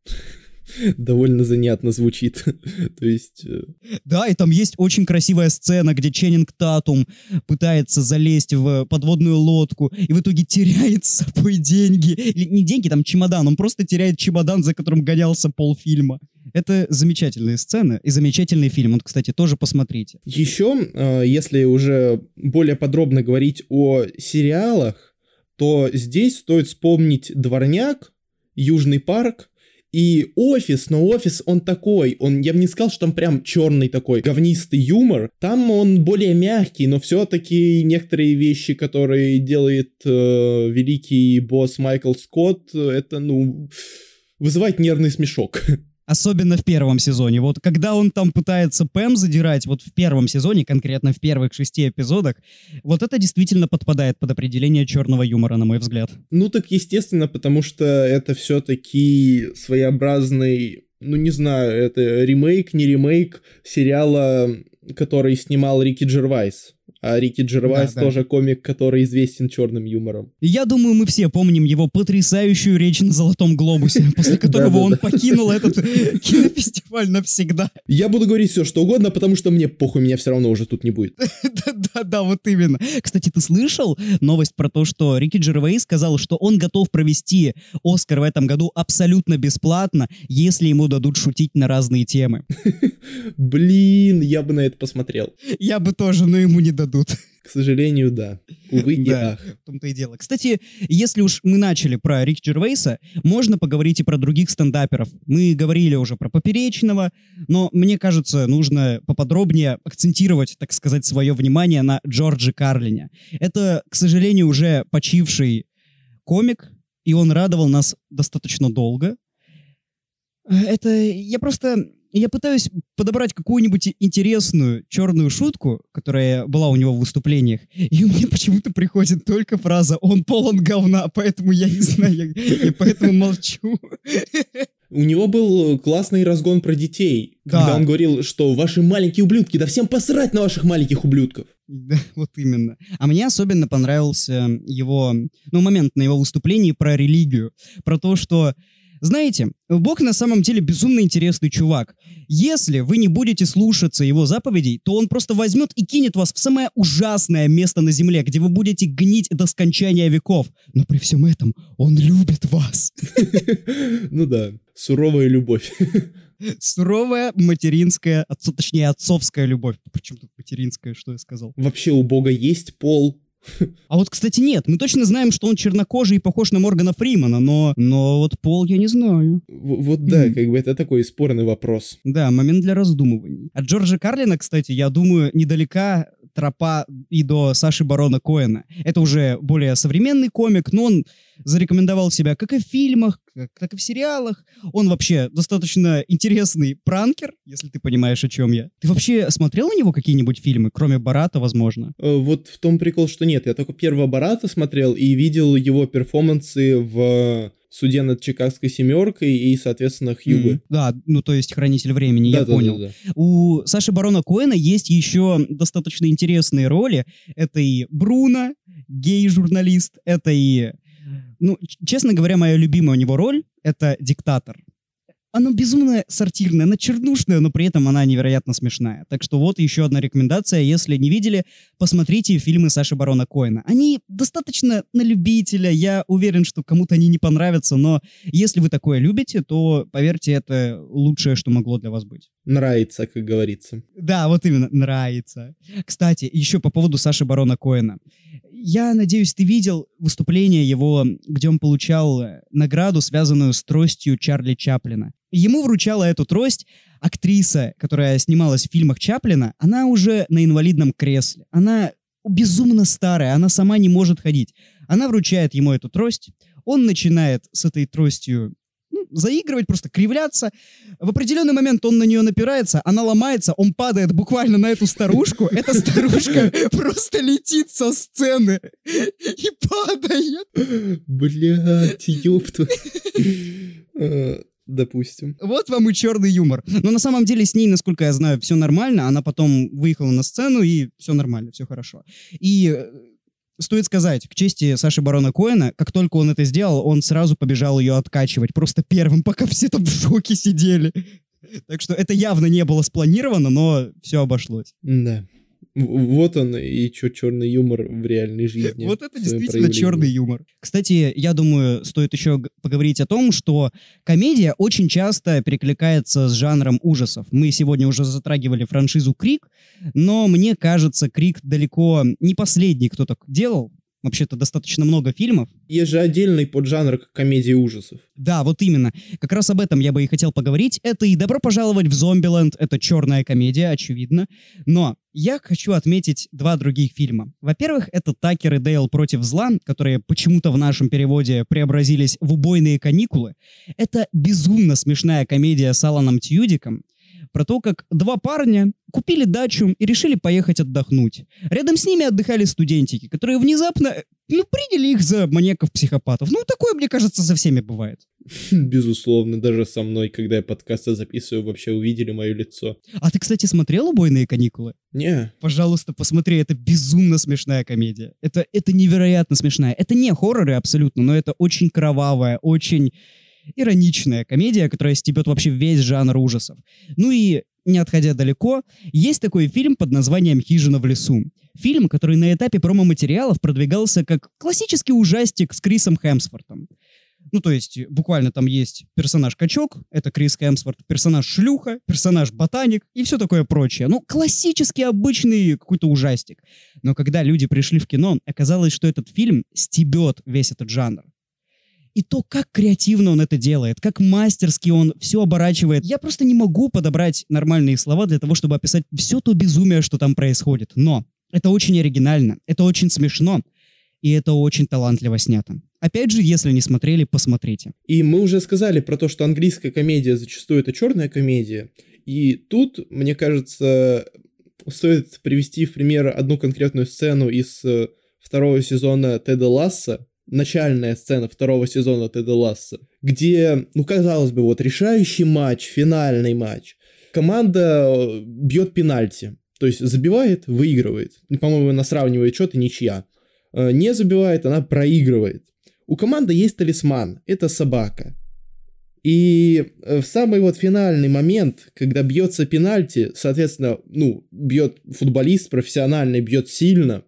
Довольно занятно звучит. То есть... Да, и там есть очень красивая сцена, где Ченнинг Татум пытается залезть в подводную лодку и в итоге теряет с собой деньги. Или не деньги, там чемодан. Он просто теряет чемодан, за которым гонялся полфильма. Это замечательная сцена и замечательный фильм. Он, кстати, тоже посмотрите. Еще, если уже более подробно говорить о сериалах, то здесь стоит вспомнить «Дворняк», «Южный парк», и «Офис», но «Офис» он такой, он, я бы не сказал, что там прям черный такой говнистый юмор, там он более мягкий, но все-таки некоторые вещи, которые делает э, великий босс Майкл Скотт, это, ну, вызывает нервный смешок. Особенно в первом сезоне. Вот когда он там пытается Пэм задирать, вот в первом сезоне, конкретно в первых шести эпизодах, вот это действительно подпадает под определение черного юмора, на мой взгляд. Ну так естественно, потому что это все-таки своеобразный, ну не знаю, это ремейк, не ремейк сериала, который снимал Рики Джервайс. А Рики Джервайс да, тоже да. комик, который известен черным юмором. Я думаю, мы все помним его потрясающую речь на Золотом глобусе, после которого он покинул этот кинофестиваль навсегда. Я буду говорить все, что угодно, потому что мне похуй, меня все равно уже тут не будет. Да-да-да, вот именно. Кстати, ты слышал новость про то, что Рики Джервайс сказал, что он готов провести Оскар в этом году абсолютно бесплатно, если ему дадут шутить на разные темы? Блин, я бы на это посмотрел. Я бы тоже, но ему не дадут. К сожалению, да. Увы и да, ах. В том-то и дело. Кстати, если уж мы начали про Рики Джервайса, можно поговорить и про других стендаперов. Мы говорили уже про Поперечного, но мне кажется, нужно поподробнее акцентировать, так сказать, свое внимание на Джордже Карлине. Это, к сожалению, уже почивший комик, и он радовал нас достаточно долго. Это я просто... Я пытаюсь подобрать какую-нибудь интересную черную шутку, которая была у него в выступлениях, и мне почему-то приходит только фраза «он полон говна», поэтому я не знаю, я, я поэтому молчу. У него был классный разгон про детей, да. Когда он говорил, что ваши маленькие ублюдки, да всем посрать на ваших маленьких ублюдков. Да, вот именно. А мне особенно понравился его, ну, момент на его выступлении про религию, про то, что знаете, Бог на самом деле безумно интересный чувак. Если вы не будете слушаться его заповедей, то он просто возьмет и кинет вас в самое ужасное место на земле, где вы будете гнить до скончания веков. Но при всем этом он любит вас. Ну да, суровая любовь. Суровая материнская, точнее отцовская любовь. Причем тут материнская, что я сказал? Вообще у Бога есть пол. А вот, кстати, нет. Мы точно знаем, что он чернокожий и похож на Моргана Фримана, но, но вот пол я не знаю. В- вот да, mm. как бы это такой спорный вопрос. Да, момент для раздумываний. От Джорджа Карлина, кстати, я думаю, недалека тропа и до Саши Барона Коэна. Это уже более современный комик, но он зарекомендовал себя как и в фильмах, как, так и в сериалах. Он вообще достаточно интересный пранкер, если ты понимаешь, о чем я. Ты вообще смотрел на него какие-нибудь фильмы, кроме Бората, возможно? Вот в том прикол, что нет. Я только первого Бората смотрел и видел его перформансы в «Суде над Чикагской семеркой» и, соответственно, Хьюго. Mm, да, ну то есть «Хранитель времени», да, я да, понял. Да, да. У Саши Барона Коэна есть еще достаточно интересные роли. Это и Бруно, гей-журналист, это и... Ну, честно говоря, моя любимая у него роль — это диктатор. Она безумно сортирная, она чернушная, но при этом она невероятно смешная. Так что вот еще одна рекомендация. Если не видели, посмотрите фильмы Саши Барона Коэна. Они достаточно на любителя. Я уверен, что кому-то они не понравятся, но если вы такое любите, то, поверьте, это лучшее, что могло для вас быть. Нравится, как говорится. Да, вот именно, нравится. Кстати, еще по поводу Саши Барона Коэна. Я надеюсь, ты видел выступление его, где он получал награду, связанную с тростью Чарли Чаплина. Ему вручала эту трость актриса, которая снималась в фильмах Чаплина. Она уже на инвалидном кресле. Она безумно старая, она сама не может ходить. Она вручает ему эту трость. Он начинает с этой тростью ну, заигрывать, просто кривляться. В определенный момент он на нее напирается, она ломается, он падает буквально на эту старушку. Эта старушка просто летит со сцены и падает. Блядь, ёпта. Допустим. Вот вам и черный юмор. Но на самом деле с ней, насколько я знаю, все нормально. Она потом выехала на сцену, и все нормально, все хорошо. И стоит сказать, к чести Саши Барона Коэна, как только он это сделал, он сразу побежал ее откачивать. Просто первым, пока все там в шоке сидели. Так что это явно не было спланировано, но все обошлось. Да. Вот он и чё, черный юмор в реальной жизни. Вот это действительно черный юмор. Кстати, я думаю, стоит еще поговорить о том, что комедия очень часто перекликается с жанром ужасов. Мы сегодня уже затрагивали франшизу «Крик», но мне кажется, «Крик» далеко не последний, кто так делал. вообще-то достаточно много фильмов. Есть же отдельный поджанр комедии ужасов. Да, вот именно. Как раз об этом я бы и хотел поговорить. Это и «Добро пожаловать в Зомбиленд», это черная комедия, очевидно. Но я хочу отметить два других фильма. Во-первых, это «Такер и Дейл против зла», которые почему-то в нашем переводе преобразились в «Убойные каникулы». Это безумно смешная комедия с Аланом Тьюдиком про то, как два парня купили дачу и решили поехать отдохнуть. Рядом с ними отдыхали студентики, которые внезапно, ну, приняли их за маньяков-психопатов. Ну, такое, мне кажется, со всеми бывает. Безусловно, даже со мной, когда я подкасты записываю, вообще увидели мое лицо. А ты, кстати, смотрел «Убойные каникулы»? Не. Пожалуйста, посмотри, это безумно смешная комедия. Это, это невероятно смешная. Это не хорроры абсолютно, но это очень кровавая, очень ироничная комедия, которая стебет вообще весь жанр ужасов. Ну и, не отходя далеко, есть такой фильм под названием «Хижина в лесу». Фильм, который на этапе промо-материалов продвигался как классический ужастик с Крисом Хемсвортом. Ну, то есть, буквально там есть персонаж-качок, это Крис Хемсворт, персонаж-шлюха, персонаж-ботаник и все такое прочее. Ну, классический, обычный какой-то ужастик. Но когда люди пришли в кино, оказалось, что этот фильм стебет весь этот жанр. И то, как креативно он это делает, как мастерски он все оборачивает. Я просто не могу подобрать нормальные слова для того, чтобы описать все то безумие, что там происходит. Но это очень оригинально, это очень смешно, и это очень талантливо снято. Опять же, если не смотрели, посмотрите. И мы уже сказали про то, что английская комедия зачастую это черная комедия. И тут, мне кажется, стоит привести в пример одну конкретную сцену из второго сезона Теда Ласса. Начальная сцена второго сезона Теда Ласса, где, ну, казалось бы, вот решающий матч, финальный матч. Команда бьет пенальти, то есть забивает, выигрывает. По-моему, она сравнивает счет и ничья. Не забивает, она проигрывает. У команды есть талисман, это собака. И в самый вот финальный момент, когда бьется пенальти, соответственно, ну, бьет футболист профессиональный, бьет сильно,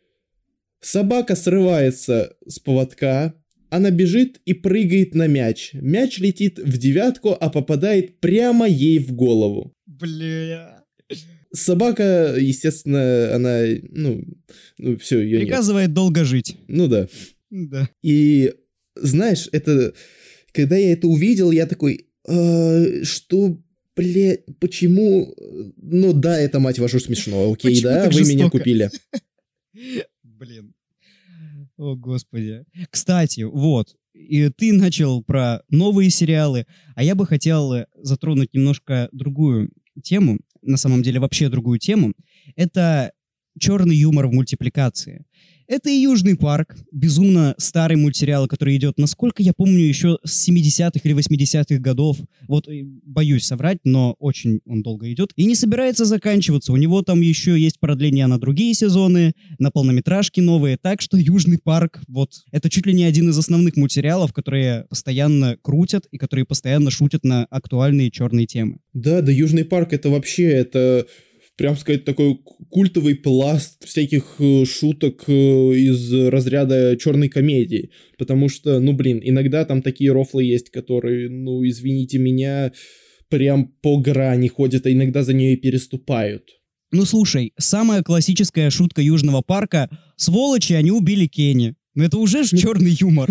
собака срывается с поводка, она бежит и прыгает на мяч. Мяч летит в девятку, а попадает прямо ей в голову. Бля. Собака, естественно, она, ну, ну все, ее нет. Приказывает долго жить. Ну да. Да. И знаешь, это, когда я это увидел, я такой, э, что, бля, почему? Ну да, это, мать вашу, смешно, окей, Почему да, так вы жестоко? меня купили. Блин. О, господи. Кстати, вот, и ты начал про новые сериалы, а я бы хотел затронуть немножко другую тему, на самом деле вообще другую тему. Это черный юмор в мультипликации. Это и «Южный парк», безумно старый мультсериал, который идет, насколько я помню, еще с семидесятых или восьмидесятых годов. Вот, боюсь соврать, но очень он долго идет. И не собирается заканчиваться. У него там еще есть продление на другие сезоны, на полнометражки новые. Так что «Южный парк», вот, это чуть ли не один из основных мультсериалов, которые постоянно крутят и которые постоянно шутят на актуальные черные темы. Да, да, Южный парк это вообще, это, прям сказать, такой культовый пласт всяких э, шуток э, из разряда черной комедии. Потому что, ну блин, иногда там такие рофлы есть, которые, ну извините меня, прям по грани ходят, а иногда за нее и переступают. Ну слушай, самая классическая шутка Южного парка: сволочи, они убили Кенни. Ну это уже ж черный юмор,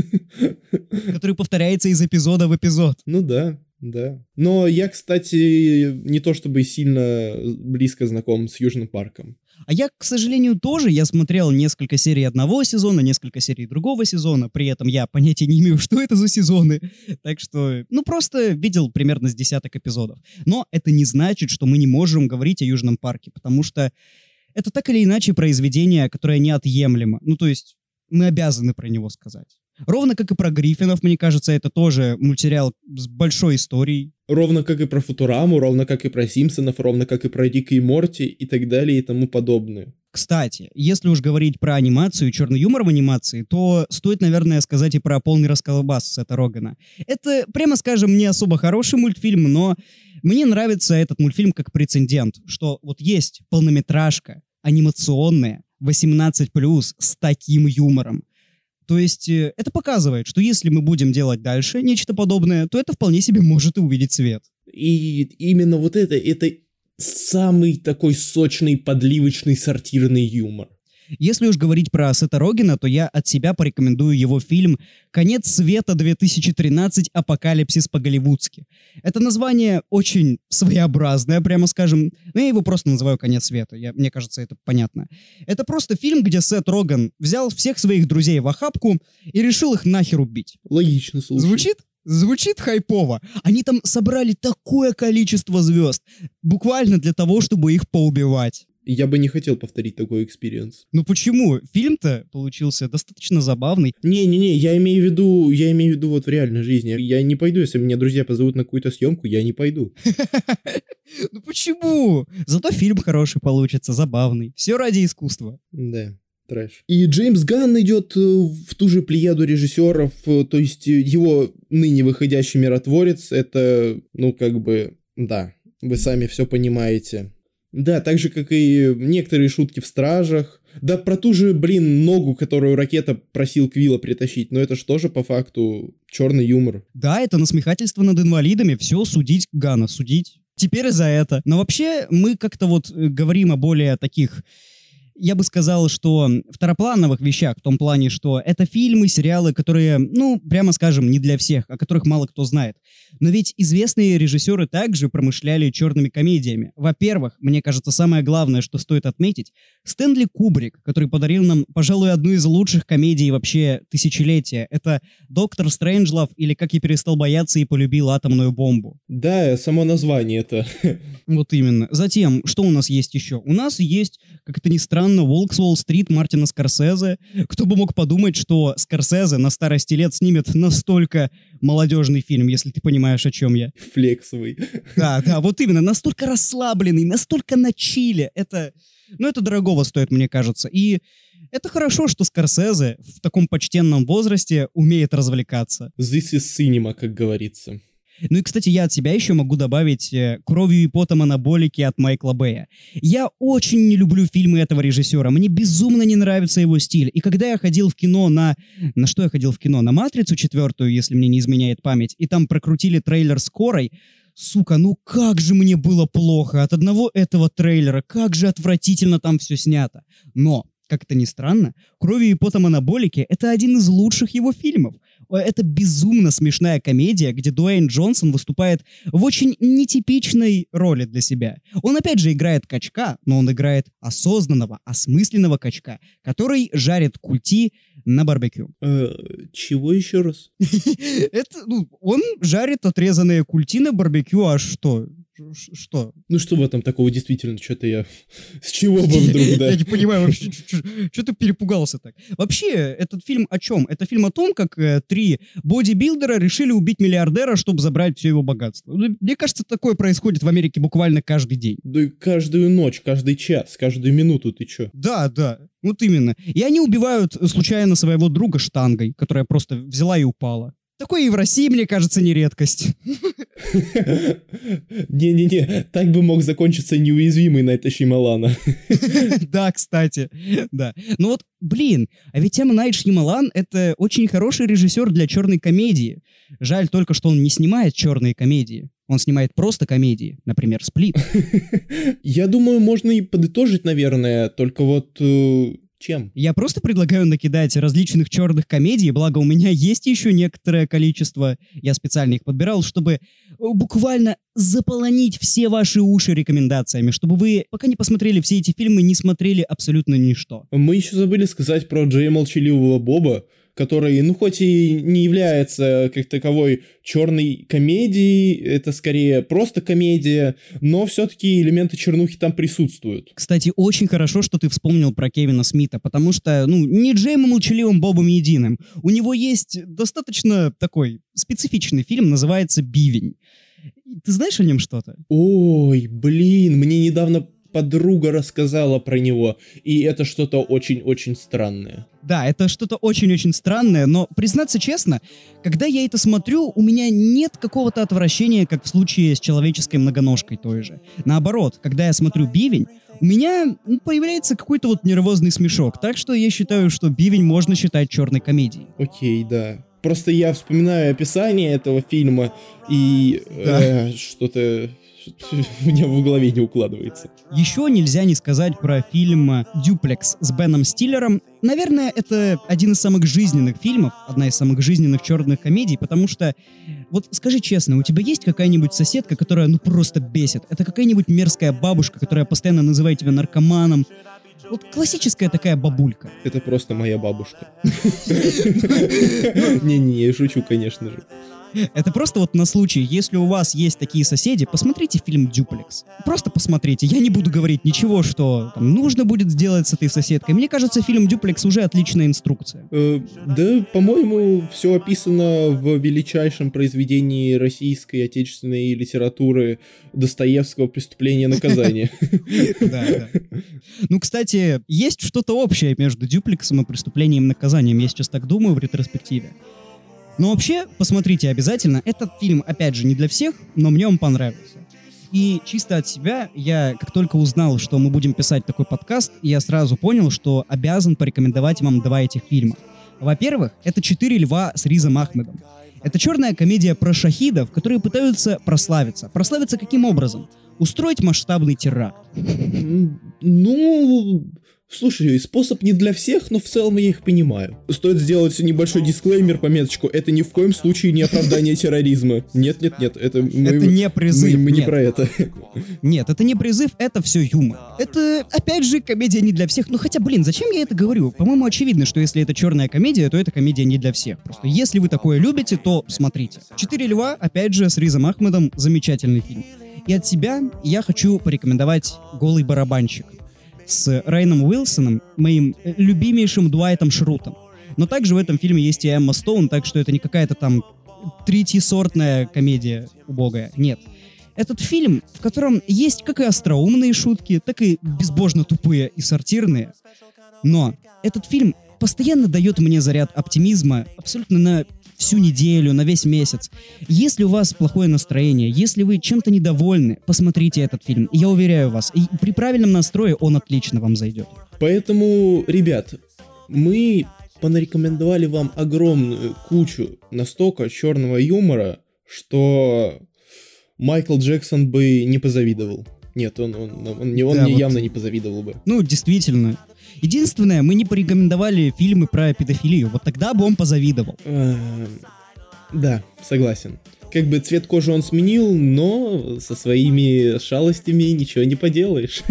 который повторяется из эпизода в эпизод. Ну да. Да. Но я, кстати, не то чтобы сильно близко знаком с Южным парком. А я, к сожалению, тоже. Я смотрел несколько серий одного сезона, несколько серий другого сезона. При этом я понятия не имею, что это за сезоны. Так что, ну, просто видел примерно с десяток эпизодов. Но это не значит, что мы не можем говорить о Южном парке, потому что это так или иначе произведение, которое неотъемлемо. Ну, то есть мы обязаны про него сказать. Ровно как и про Гриффинов, мне кажется, это тоже мультсериал с большой историей. Ровно как и про Футураму, ровно как и про Симпсонов, ровно как и про Рика и Морти и так далее и тому подобное. Кстати, если уж говорить про анимацию и черный юмор в анимации, то стоит, наверное, сказать и про «Полный расколбас» Сета Рогана. Это, прямо скажем, не особо хороший мультфильм, но мне нравится этот мультфильм как прецедент, что вот есть полнометражка анимационная, восемнадцать плюс, с таким юмором. То есть э, это показывает, что если мы будем делать дальше нечто подобное, то это вполне себе может и увидеть свет. И именно вот это, это самый такой сочный, подливочный, сортирный юмор. Если уж говорить про Сета Рогена, то я от себя порекомендую его фильм «Конец света две тысячи тринадцать. Апокалипсис по-голливудски». Это название очень своеобразное, прямо скажем, но я его просто называю «Конец света», я, мне кажется, это понятно. Это просто фильм, где Сет Роген взял всех своих друзей в охапку и решил их нахер убить. Логично, слушай. Звучит? Звучит хайпово. Они там собрали такое количество звезд, буквально для того, чтобы их поубивать. Я бы не хотел повторить такой экспириенс. Ну почему? Фильм-то получился достаточно забавный. Не-не-не, я имею в виду, я имею в виду вот в реальной жизни. Я не пойду, если меня друзья позовут на какую-то съемку, я не пойду. Ну почему? Зато фильм хороший получится, забавный. Все ради искусства. Да. Трэш. И Джеймс Ганн идет в ту же плеяду режиссеров, то есть его ныне выходящий «Миротворец», это, ну, как бы, да, вы сами все понимаете. Да, так же, как и некоторые шутки в «Стражах». Да, про ту же, блин, ногу, которую Ракета просил Квилла притащить, но это ж тоже, по факту, черный юмор. Да, это насмехательство над инвалидами, все, судить Ганна, судить. Теперь за это. Но вообще мы как-то вот говорим о более таких... Я бы сказал, что второплановых вещах, в том плане, что это фильмы, сериалы, которые, ну, прямо скажем, не для всех, о которых мало кто знает. Но ведь известные режиссеры также промышляли черными комедиями. Во-первых, мне кажется, самое главное, что стоит отметить, Стэнли Кубрик, который подарил нам, пожалуй, одну из лучших комедий вообще тысячелетия. Это «Доктор Стрэнджлав» или «Как я перестал бояться и полюбил атомную бомбу». Да, само название это. Вот именно. Затем, что у нас есть еще? У нас есть, как это ни странно, «Волк с Уолл-стрит» Мартина Скорсезе. Кто бы мог подумать, что Скорсезе на старости лет снимет настолько молодежный фильм, если ты понимаешь, о чем я. Флексовый. Да, да, вот именно. Настолько расслабленный, настолько на чиле. Это, ну, это дорогого стоит, мне кажется. И это хорошо, что Скорсезе в таком почтенном возрасте умеет развлекаться. This is cinema, как говорится. Ну и, кстати, я от себя еще могу добавить э, «Кровью и потом анаболики» от Майкла Бэя. Я очень не люблю фильмы этого режиссера, мне безумно не нравится его стиль. И когда я ходил в кино на... На что я ходил в кино? На «Матрицу» четвертую, если мне не изменяет память, и там прокрутили трейлер с Корой, сука, ну как же мне было плохо от одного этого трейлера, как же отвратительно там все снято. Но... Как это ни странно, «Кровью и потом анаболики» — это один из лучших его фильмов. Это безумно смешная комедия, где Дуэйн Джонсон выступает в очень нетипичной роли для себя. Он опять же играет качка, но он играет осознанного, осмысленного качка, который жарит культи на барбекю. Э, чего еще раз? Это, ну, он жарит отрезанные культи на барбекю, а что? Что? Ну что в этом такого действительно? Что-то я... С чего бы вдруг, да? Я не понимаю вообще, что ты перепугался так? Вообще, этот фильм о чем? Это фильм о том, как э, три бодибилдера решили убить миллиардера, чтобы забрать все его богатство. Мне кажется, такое происходит в Америке буквально каждый день. Да и каждую ночь, каждый час, каждую минуту, ты чё? Да, да, вот именно. И они убивают случайно своего друга штангой, которая просто взяла и упала. Такое и в России, мне кажется, не редкость. Не-не-не, так бы мог закончиться неуязвимый Найт Шьямалана. Да, кстати, да. Ну вот, блин, а ведь М. Найт Шьямалан — это очень хороший режиссер для черной комедии. Жаль только, что он не снимает черные комедии. Он снимает просто комедии, например, «Сплит». Я думаю, можно и подытожить, наверное, только вот... Э, чем? Я просто предлагаю накидать различных черных комедий, благо у меня есть еще некоторое количество, я специально их подбирал, чтобы буквально заполонить все ваши уши рекомендациями, чтобы вы, пока не посмотрели все эти фильмы, не смотрели абсолютно ничто. Мы еще забыли сказать про Джея Молчаливого Боба, который, ну, хоть и не является как таковой черной комедией, это скорее просто комедия, но все-таки элементы чернухи там присутствуют. Кстати, очень хорошо, что ты вспомнил про Кевина Смита, потому что, ну, не Джейм Молчаливым Бобом единым. У него есть достаточно такой специфичный фильм, называется «Бивень». Ты знаешь о нем что-то? Ой, блин, мне недавно подруга рассказала про него, и это что-то очень-очень странное. Да, это что-то очень-очень странное, но, признаться честно, когда я это смотрю, у меня нет какого-то отвращения, как в случае с человеческой многоножкой той же. Наоборот, когда я смотрю «Бивень», у меня появляется какой-то вот нервозный смешок, так что я считаю, что «Бивень» можно считать черной комедией. Окей, да. Просто я вспоминаю описание этого фильма, и да. э, что-то... У меня в голове не укладывается. Еще нельзя не сказать про фильм «Дюплекс» с Беном Стиллером. Наверное, это один из самых жизненных фильмов, одна из самых жизненных черных комедий, потому что, вот скажи честно, у тебя есть какая-нибудь соседка, которая ну просто бесит? Это какая-нибудь мерзкая бабушка, которая постоянно называет тебя наркоманом? Вот классическая такая бабулька. Это просто моя бабушка. Не-не, я шучу, конечно же. Это просто вот на случай, если у вас есть такие соседи, посмотрите фильм «Дюплекс». Просто посмотрите. Я не буду говорить ничего, что там нужно будет сделать с этой соседкой. Мне кажется, фильм «Дюплекс» уже отличная инструкция. Э, да, по-моему, все описано в величайшем произведении российской отечественной литературы Достоевского «Преступление и наказание». Да, да. Ну, кстати, есть что-то общее между «Дюплексом» и «Преступлением и наказанием», я сейчас так думаю в ретроспективе. Но вообще, посмотрите обязательно. Этот фильм, опять же, не для всех, но мне он понравился. И чисто от себя, я как только узнал, что мы будем писать такой подкаст, я сразу понял, что обязан порекомендовать вам два этих фильма. Во-первых, это «Четыре льва» с Ризом Ахмедом. Это черная комедия про шахидов, которые пытаются прославиться. Прославиться каким образом? Устроить масштабный теракт. Ну... Слушай, способ не для всех, но в целом я их понимаю. Стоит сделать небольшой дисклеймер, пометочку. Это ни в коем случае не оправдание терроризма. Нет-нет-нет, это... Мы, это не призыв. Мы, мы не нет. про это. Нет, это не призыв, это все юмор. Это, опять же, комедия не для всех. Ну хотя, блин, зачем я это говорю? По-моему, очевидно, что если это черная комедия, то это комедия не для всех. Просто если вы такое любите, то смотрите. «Четыре льва», опять же, с Ризом Ахмедом, замечательный фильм. И от себя я хочу порекомендовать «Голый барабанщик» с Райаном Уилсоном, моим любимейшим Дуайтом Шрутом. Но также в этом фильме есть и Эмма Стоун, так что это не какая-то там третьесортная комедия убогая. Нет. Этот фильм, в котором есть как и остроумные шутки, так и безбожно тупые и сортирные. Но этот фильм постоянно дает мне заряд оптимизма абсолютно на всю неделю, на весь месяц. Если у вас плохое настроение, если вы чем-то недовольны, посмотрите этот фильм. И я уверяю вас, и при правильном настрое он отлично вам зайдет. Поэтому, ребят, мы понарекомендовали вам огромную кучу настолько черного юмора, что Майкл Джексон бы не позавидовал. Нет, он, он, он, он, он да, мне вот. явно не позавидовал бы. Ну, действительно. Единственное, мы не порекомендовали фильмы про педофилию. Вот тогда бы он позавидовал. Да, согласен. Как бы цвет кожи он сменил, но со своими шалостями ничего не поделаешь.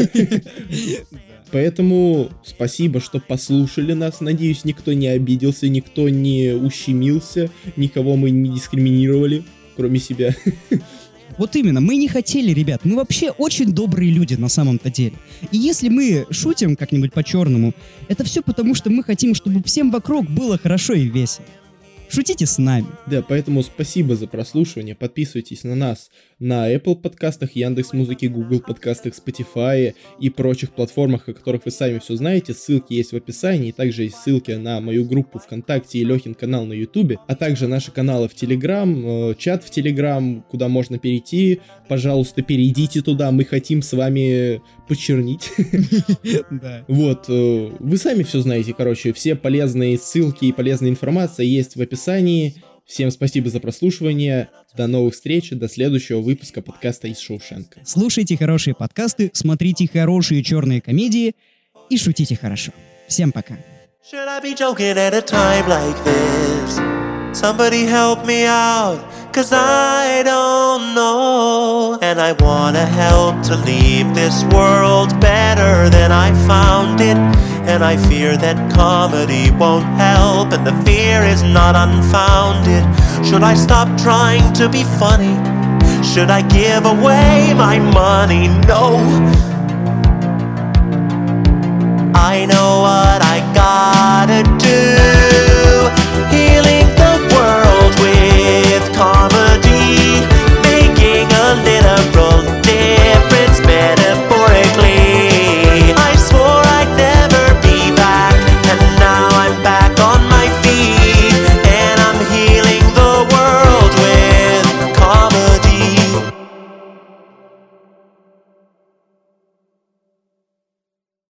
Поэтому спасибо, что послушали нас. Надеюсь, никто не обиделся, никто не ущемился, никого мы не дискриминировали, кроме себя. Вот именно, мы не хотели, ребят, мы вообще очень добрые люди на самом-то деле. И если мы шутим как-нибудь по-черному, это все потому, что мы хотим, чтобы всем вокруг было хорошо и весело. Шутите с нами. Да, поэтому спасибо за прослушивание. Подписывайтесь на нас на Apple подкастах, Яндекс.Музыке, Google подкастах, Spotify и прочих платформах, о которых вы сами все знаете. Ссылки есть в описании. Также есть ссылки на мою группу ВКонтакте и Лехин канал на Ютубе, а также наши каналы в Телеграм, чат в Телеграм, куда можно перейти. Пожалуйста, перейдите туда, мы хотим с вами почернить. Вот, вы сами все знаете, короче, все полезные ссылки и полезная информация есть в описании. Всем спасибо за прослушивание. До новых встреч, до следующего выпуска подкаста из Шоушенка. Слушайте хорошие подкасты, смотрите хорошие черные комедии и шутите хорошо. Всем пока. Should I be joking at a time like this? Somebody help me out, cause I don't know. And I wanna help to leave this world better than I found it. And I fear that comedy won't help, and the fear is not unfounded. Should I stop trying to be funny? Should I give away my money? No. I know I